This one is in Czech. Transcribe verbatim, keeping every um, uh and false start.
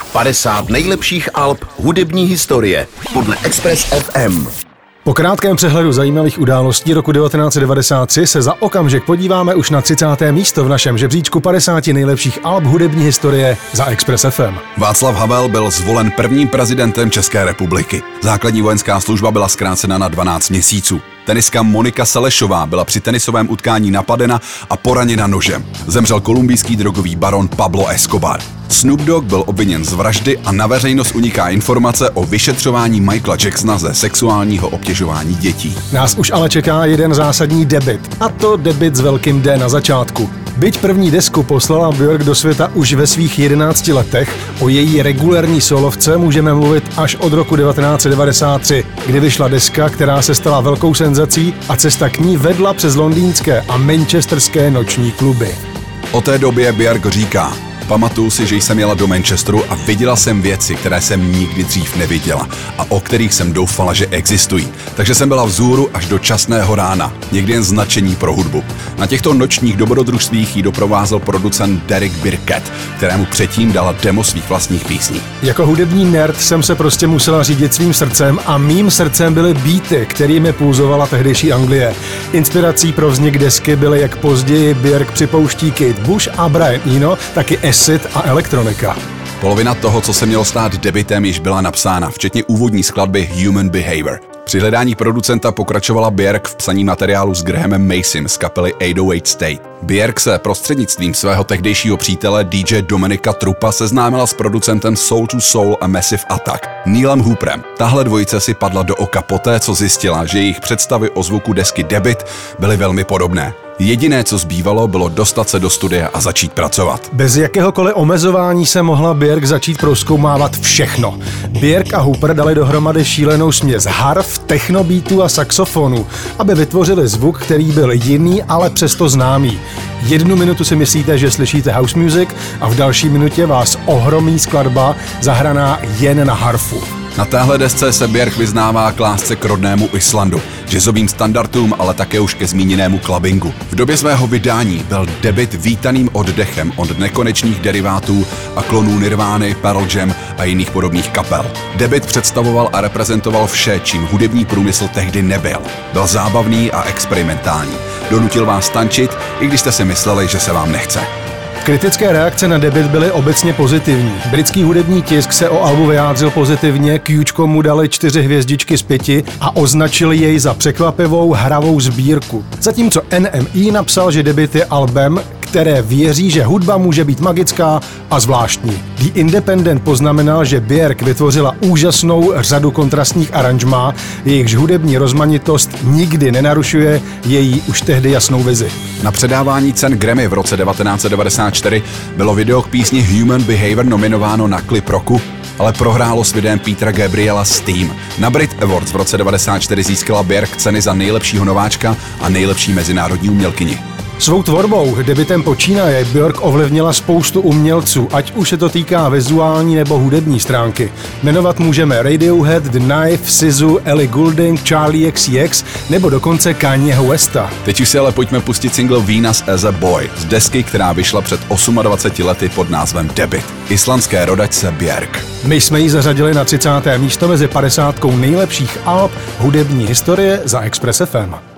padesát nejlepších alb hudební historie podle Express F M. Po krátkém přehledu zajímavých událostí roku devatenáct set devadesát tři se za okamžik podíváme už na třicáté místo v našem žebříčku padesáti nejlepších alb hudební historie za Express F M. Václav Havel byl zvolen prvním prezidentem České republiky. Základní vojenská služba byla zkrácena na dvanáct měsíců. Teniska Monika Selešová byla při tenisovém utkání napadena a poraněna nožem. Zemřel kolumbijský drogový baron Pablo Escobar. Snoop Dogg byl obviněn z vraždy a na veřejnost uniká informace o vyšetřování Michaela Jacksona ze sexuálního obtěžování dětí. Nás už ale čeká jeden zásadní debut, a to debut s velkým D na začátku. Byť první desku poslala Björk do světa už ve svých jedenácti letech, o její regulérní solovce můžeme mluvit až od roku devatenáct set devadesát tři, kdy vyšla deska, která se stala velkou senzací a cesta k ní vedla přes londýnské a manchesterské noční kluby. O té době Björk říká: pamatuju si, že jsem jela do Manchesteru a viděla jsem věci, které jsem nikdy dřív neviděla a o kterých jsem doufala, že existují. Takže jsem byla vzhůru až do časného rána, někdy jen značení pro hudbu. Na těchto nočních dobrodružstvích jí doprovázel producent Derek Birkett, kterému předtím dala demo svých vlastních písní. Jako hudební nerd jsem se prostě musela řídit svým srdcem a mým srdcem byly beaty, kterými pulzovala tehdejší Anglie. Inspirací pro vznik desky byly, jak později Björk připouští, Kate Bush a Brian Eno, taky acid a elektronika. Polovina toho, co se mělo stát debutem, již byla napsána, včetně úvodní skladby Human Behavior. Při hledání producenta pokračovala Björk v psaní materiálu s Grahamem Macem z kapely osm set osm State. Björk se prostřednictvím svého tehdejšího přítele D J Dominika Trupa seznámila s producentem Soul to Soul a Massive Attack, Neilem Hooperem. Tahle dvojice si padla do oka poté, co zjistila, že jejich představy o zvuku desky Debut byly velmi podobné. Jediné, co zbývalo, bylo dostat se do studia a začít pracovat. Bez jakéhokoliv omezování se mohla Björk začít prozkoumávat všechno. Björk a Hooper dali dohromady šílenou směs harf, technobeatů a saxofonu, aby vytvořili zvuk, který byl jiný, ale přesto známý. Jednu minutu si myslíte, že slyšíte house music a v další minutě vás ohromí skladba zahraná jen na harfu. Na téhle desce se Björk vyznává k lásce k rodnému Islandu, jazzovým standardům, ale také už ke zmíněnému clubbingu. V době svého vydání byl debut vítaným oddechem od nekonečných derivátů a klonů Nirvány, Pearl Jam a jiných podobných kapel. Debut představoval a reprezentoval vše, čím hudební průmysl tehdy nebyl. Byl zábavný a experimentální. Donutil vás tančit, i když jste si mysleli, že se vám nechce. Kritické reakce na debut byly obecně pozitivní. Britský hudební tisk se o albu vyjádřil pozitivně, Qčko mu dali čtyři hvězdičky z pěti a označili jej za překvapivou hravou sbírku. Zatímco N M E napsal, že debut je albem, které věří, že hudba může být magická a zvláštní. The Independent poznamenal, že Björk vytvořila úžasnou řadu kontrastních aranžmá, jejichž hudební rozmanitost nikdy nenarušuje její už tehdy jasnou vizi. Na předávání cen Grammy v roce devatenáct set devadesát čtyři bylo video k písni Human Behavior nominováno na klip roku, ale prohrálo s videem Petera Gabriela Steam. Na Brit Awards v roce devadesát čtyři získala Björk ceny za nejlepšího nováčka a nejlepší mezinárodní umělkyni. Svou tvorbou, debutem počínaje, Björk ovlivnila spoustu umělců, ať už se to týká vizuální nebo hudební stránky. Jmenovat můžeme Radiohead, The Knife, S Z A, Ellie Goulding, Charlie X C X nebo dokonce Kanyeho Westa. Teď už si ale pojďme pustit single Venus as a Boy z desky, která vyšla před dvaceti osmi lety pod názvem Debut. Islandské rodačce Björk. My jsme ji zařadili na třicáté místo mezi padesátkou nejlepších alb hudební historie za Express F M.